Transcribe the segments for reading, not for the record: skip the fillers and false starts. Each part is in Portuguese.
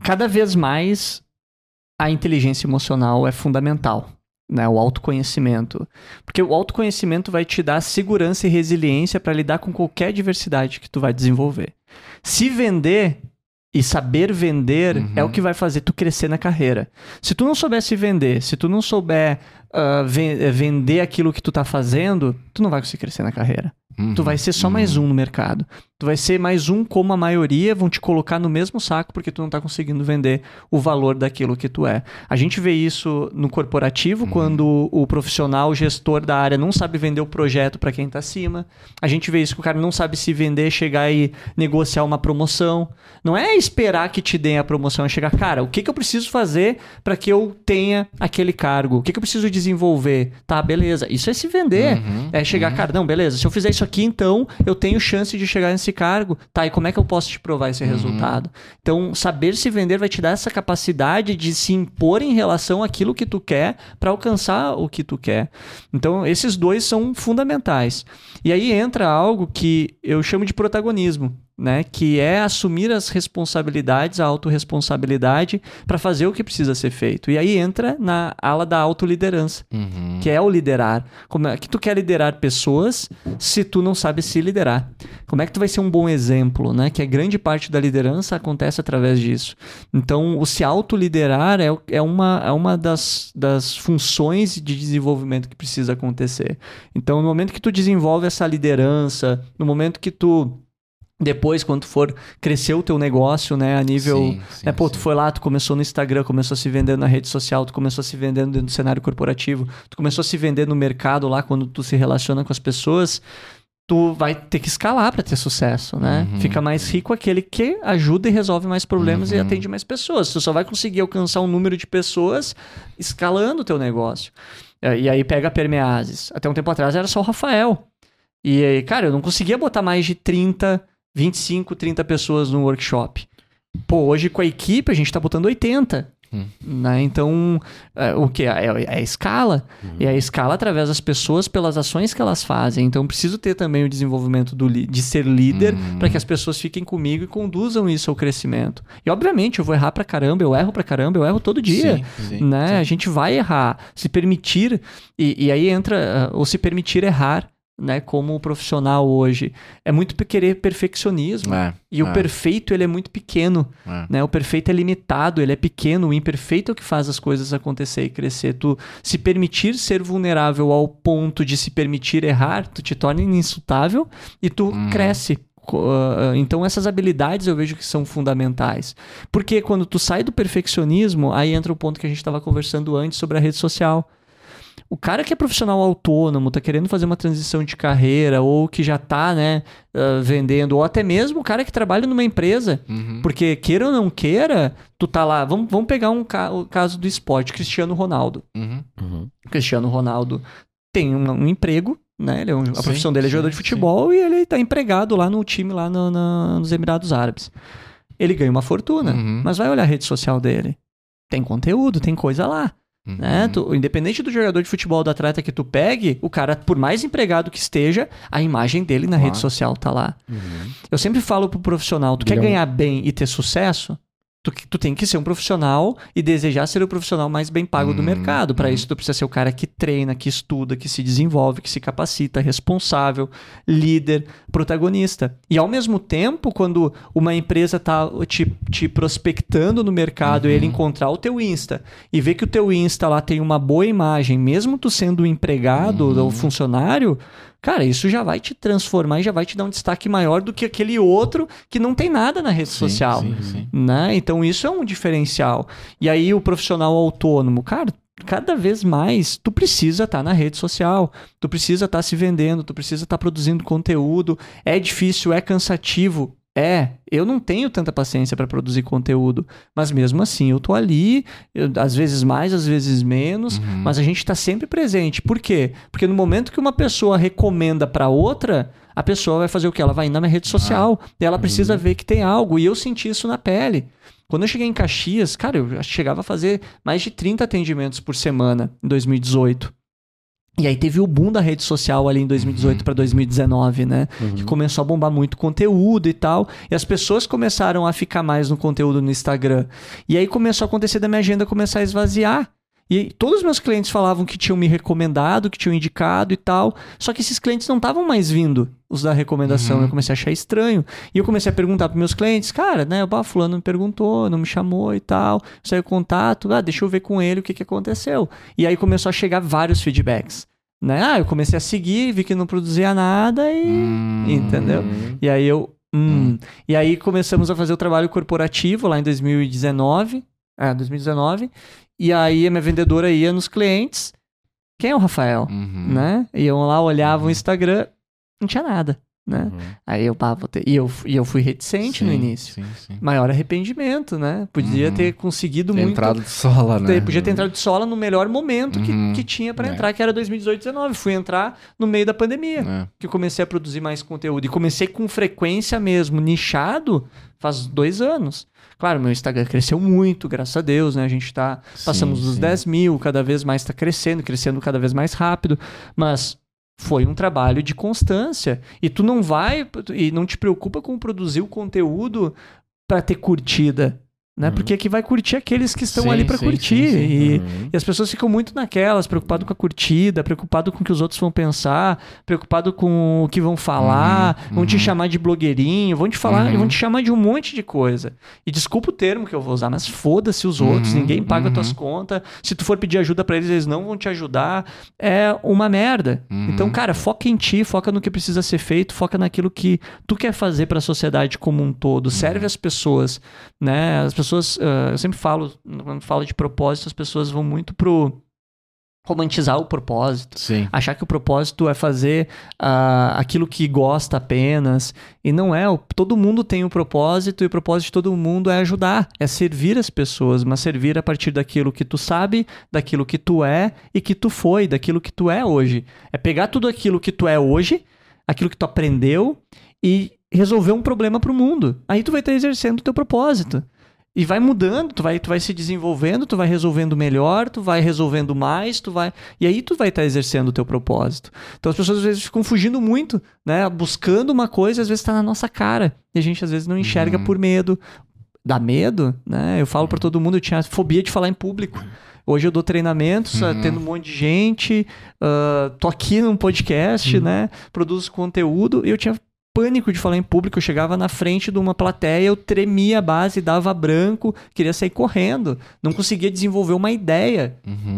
cada vez mais a inteligência emocional é fundamental, né? O autoconhecimento. Porque o autoconhecimento vai te dar segurança e resiliência para lidar com qualquer adversidade que tu vai desenvolver. Se vender e saber vender é o que vai fazer tu crescer na carreira. Se tu não souber se vender, se tu não souber vender aquilo que tu tá fazendo, tu não vai conseguir crescer na carreira. Tu vai ser só mais um no mercado. Tu vai ser mais um como a maioria, vão te colocar no mesmo saco porque tu não tá conseguindo vender o valor daquilo que tu é. A gente vê isso no corporativo, quando o profissional, o gestor da área não sabe vender o projeto para quem tá acima. A gente vê isso que o cara não sabe se vender, chegar e negociar uma promoção. Não é esperar que te deem a promoção, é chegar, cara, o que eu preciso fazer para que eu tenha aquele cargo? O que eu preciso desenvolver? Tá, beleza. Isso é se vender. É chegar, cara, não, beleza. Se eu fizer isso aqui, então eu tenho chance de chegar nesse cargo. Tá, e como é que eu posso te provar esse resultado? Então, saber se vender vai te dar essa capacidade de se impor em relação àquilo que tu quer para alcançar o que tu quer. Então, esses dois são fundamentais. E aí entra algo que eu chamo de protagonismo, né? Que é assumir as responsabilidades, a autorresponsabilidade para fazer o que precisa ser feito. E aí entra na ala da autoliderança, que é o liderar. Como é que tu quer liderar pessoas se tu não sabe se liderar? Como é que tu vai ser um bom exemplo, né? Que a grande parte da liderança acontece através disso. Então, o se autoliderar é uma das funções de desenvolvimento que precisa acontecer. Então, no momento que tu desenvolve essa liderança, no momento que tu depois, quando tu for crescer o teu negócio, né, a nível... tu foi lá, tu começou no Instagram, começou a se vender na rede social, tu começou a se vender dentro do cenário corporativo, tu começou a se vender no mercado lá, quando tu se relaciona com as pessoas, tu vai ter que escalar para ter sucesso, né? Fica mais rico aquele que ajuda e resolve mais problemas e atende mais pessoas. Tu só vai conseguir alcançar um número de pessoas escalando o teu negócio. E aí pega a Permeases. Até um tempo atrás era só o Rafael. E aí, cara, eu não conseguia botar mais de 25, 30 pessoas no workshop. Pô, hoje com a equipe a gente tá botando 80. Né? Então, o que? É a escala. E a escala através das pessoas pelas ações que elas fazem. Então, preciso ter também o desenvolvimento de ser líder para que as pessoas fiquem comigo e conduzam isso ao crescimento. E, obviamente, eu vou errar pra caramba, eu erro pra caramba, eu erro todo dia. Né? A gente vai errar. Se permitir... E aí entra o se permitir errar. Né, como profissional hoje, é muito querer perfeccionismo o perfeito ele é muito pequeno, né? O perfeito é limitado, ele é pequeno, o imperfeito é o que faz as coisas acontecer e crescer. Tu se permitir ser vulnerável ao ponto de se permitir errar, tu te torna insultável e tu cresce. Então essas habilidades eu vejo que são fundamentais, porque quando tu sai do perfeccionismo, aí entra o ponto que a gente estava conversando antes sobre a rede social. O cara que é profissional autônomo, tá querendo fazer uma transição de carreira, ou que já tá, né, vendendo, ou até mesmo o cara que trabalha numa empresa, porque queira ou não queira, tu tá lá, vamos pegar o caso do esporte, Cristiano Ronaldo. Cristiano Ronaldo tem um emprego, né, a profissão dele é jogador de futebol e ele tá empregado lá no time, lá nos Emirados Árabes. Ele ganha uma fortuna, mas vai olhar a rede social dele. Tem conteúdo, tem coisa lá. Né? Independente do jogador de futebol, do atleta que tu pegue, o cara, por mais empregado que esteja, a imagem dele na rede social tá lá. Eu sempre falo pro profissional, tu quer ganhar bem e ter sucesso? Tu tem que ser um profissional e desejar ser o profissional mais bem pago do mercado. Para isso, tu precisa ser o cara que treina, que estuda, que se desenvolve, que se capacita, responsável, líder, protagonista. E ao mesmo tempo, quando uma empresa tá te prospectando no mercado e ele encontrar o teu Insta e ver que o teu Insta lá tem uma boa imagem, mesmo tu sendo um empregado ou funcionário, cara, isso já vai te transformar e já vai te dar um destaque maior do que aquele outro que não tem nada na rede social. Né? Então, isso é um diferencial. E aí, o profissional autônomo, cara, cada vez mais tu precisa estar na rede social, tu precisa estar se vendendo, tu precisa estar produzindo conteúdo. É difícil, é cansativo. Eu não tenho tanta paciência para produzir conteúdo, mas mesmo assim eu tô ali, às vezes mais, às vezes menos, mas a gente tá sempre presente. Por quê? Porque no momento que uma pessoa recomenda para outra, a pessoa vai fazer o quê? Ela vai ir na minha rede social, e ela precisa ver que tem algo, e eu senti isso na pele. Quando eu cheguei em Caxias, cara, eu chegava a fazer mais de 30 atendimentos por semana em 2018. E aí teve o boom da rede social ali em 2018 para 2019, né? Que começou a bombar muito conteúdo e tal. E as pessoas começaram a ficar mais no conteúdo no Instagram. E aí começou a acontecer da minha agenda começar a esvaziar. E todos os meus clientes falavam que tinham me recomendado, que tinham indicado e tal. Só que esses clientes não estavam mais vindo, os da recomendação. Eu comecei a achar estranho. E eu comecei a perguntar para meus clientes, cara, né? Fulano me perguntou, não me chamou e tal. Saiu contato, deixa eu ver com ele o que aconteceu. E aí começou a chegar vários feedbacks. Né? Eu comecei a seguir, vi que não produzia nada e... Entendeu? E aí E aí começamos a fazer o trabalho corporativo lá em 2019. 2019. E aí a minha vendedora ia nos clientes. Quem é o Rafael? Né? Iam lá, olhavam o Instagram, não tinha nada. Né? Aí eu eu fui reticente no início. Sim. Maior arrependimento, né? Podia ter conseguido muito. Entrado de sola, né? Podia ter entrado de sola no melhor momento que tinha para entrar, que era 2018, 2019. Fui entrar no meio da pandemia, que eu comecei a produzir mais conteúdo. E comecei com frequência mesmo, nichado, faz 2 anos. Claro, meu Instagram cresceu muito, graças a Deus, né? A gente passamos dos 10 mil, cada vez mais está crescendo cada vez mais rápido. Mas foi um trabalho de constância. E tu não te preocupa com produzir o conteúdo para ter curtida. Né? Porque aqui vai curtir aqueles que estão ali para curtir. E as pessoas ficam muito naquelas, preocupado com a curtida, preocupado com o que os outros vão pensar, preocupado com o que vão falar, vão te chamar de blogueirinho, vão te falar, vão te chamar de um monte de coisa. E desculpa o termo que eu vou usar, mas foda-se os outros, ninguém paga tuas contas. Se tu for pedir ajuda para eles, eles não vão te ajudar. É uma merda. Então, cara, foca em ti, foca no que precisa ser feito, foca naquilo que tu quer fazer para a sociedade como um todo. Serve as pessoas, né? As pessoas, eu sempre falo, quando falo de propósito, as pessoas vão muito pro romantizar o propósito. Sim. Achar que o propósito é fazer aquilo que gosta apenas. E não é. Todo mundo tem um propósito, e o propósito de todo mundo é ajudar, é servir as pessoas, mas servir a partir daquilo que tu sabe, daquilo que tu é e que tu foi, daquilo que tu é hoje. É pegar tudo aquilo que tu é hoje, aquilo que tu aprendeu e resolver um problema pro mundo. Aí tu vai estar exercendo o teu propósito. E vai mudando, tu vai se desenvolvendo, tu vai resolvendo melhor, tu vai resolvendo mais, e aí tu vai estar exercendo o teu propósito. Então as pessoas às vezes ficam fugindo muito, né? Buscando uma coisa, às vezes está na nossa cara. E a gente às vezes não enxerga por medo. Dá medo, né? Eu falo para todo mundo, eu tinha fobia de falar em público. Hoje eu dou treinamentos, tendo um monte de gente, tô aqui num podcast, né? Produzo conteúdo, e eu tinha pânico de falar em público. Eu chegava na frente de uma plateia, eu tremia a base, dava branco, queria sair correndo, não conseguia desenvolver uma ideia.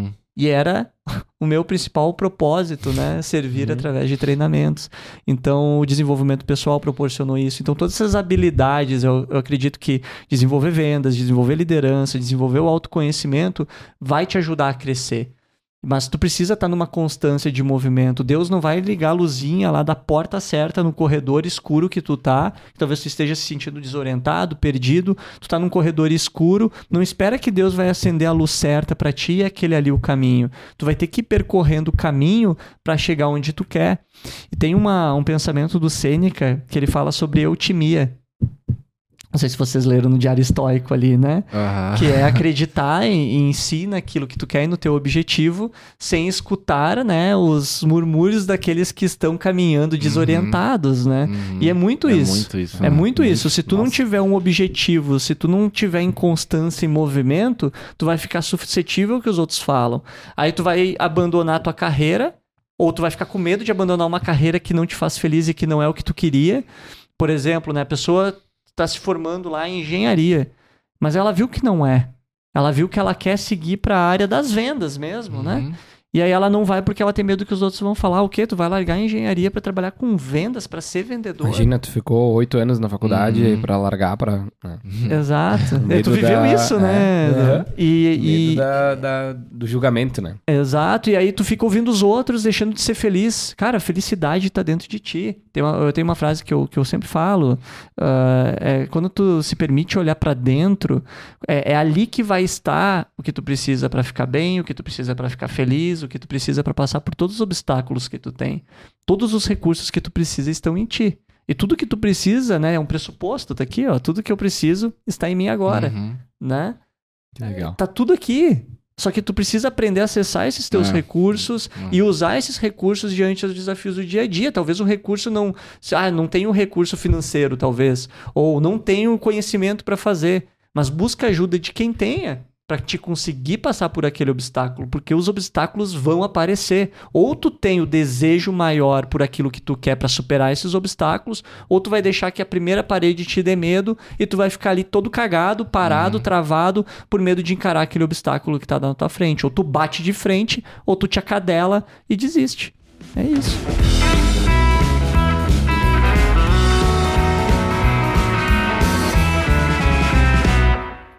E era o meu principal propósito, né? Servir através de treinamentos. Então, o desenvolvimento pessoal proporcionou isso. Então, todas essas habilidades, eu acredito que desenvolver vendas, desenvolver liderança, desenvolver o autoconhecimento vai te ajudar a crescer. Mas tu precisa estar numa constância de movimento. Deus não vai ligar a luzinha lá da porta certa no corredor escuro que tu tá. Talvez tu esteja se sentindo desorientado, perdido. Tu tá num corredor escuro. Não espera que Deus vai acender a luz certa para ti e aquele ali o caminho. Tu vai ter que ir percorrendo o caminho para chegar onde tu quer. E tem um pensamento do Sêneca que ele fala sobre eutimia. Não sei se vocês leram no Diário Estoico ali, né? Que é acreditar em si, naquilo que tu quer e no teu objetivo, sem escutar, né, os murmúrios daqueles que estão caminhando desorientados, né? E é muito isso. É muito isso. Se tu não tiver um objetivo, se tu não tiver em constância em movimento, tu vai ficar suscetível ao que os outros falam. Aí tu vai abandonar a tua carreira, ou tu vai ficar com medo de abandonar uma carreira que não te faz feliz e que não é o que tu queria. Por exemplo, né, a pessoa está se formando lá em engenharia, mas ela viu que não é. Ela viu que ela quer seguir para a área das vendas mesmo, né? E aí ela não vai porque ela tem medo que os outros vão falar, o quê? Tu vai largar a engenharia para trabalhar com vendas, para ser vendedor? Imagina, tu ficou 8 anos na faculdade para largar para... Exato. E tu viveu isso, né? Medo do julgamento, né? Exato. E aí tu fica ouvindo os outros, deixando de ser feliz. Cara, a felicidade tá dentro de ti. Eu tenho uma frase que eu sempre falo. Quando tu se permite olhar para dentro, é ali que vai estar o que tu precisa para ficar bem, o que tu precisa para ficar feliz, o que tu precisa para passar por todos os obstáculos que tu tem. Todos os recursos que tu precisa estão em ti. E tudo que tu precisa, né, é um pressuposto, tá aqui, ó. Tudo que eu preciso está em mim agora, né? Que legal. Tá tudo aqui. Só que tu precisa aprender a acessar esses teus recursos e usar esses recursos diante dos desafios do dia a dia. Talvez o recurso não tenho recurso financeiro, talvez. Ou não tenho conhecimento para fazer. Mas busca ajuda de quem tenha para te conseguir passar por aquele obstáculo. Porque os obstáculos vão aparecer. Ou tu tem o desejo maior por aquilo que tu quer para superar esses obstáculos, ou tu vai deixar que a primeira parede te dê medo e tu vai ficar ali todo cagado, parado, travado, por medo de encarar aquele obstáculo que tá na tua frente. Ou tu bate de frente, ou tu te acadela e desiste. É isso.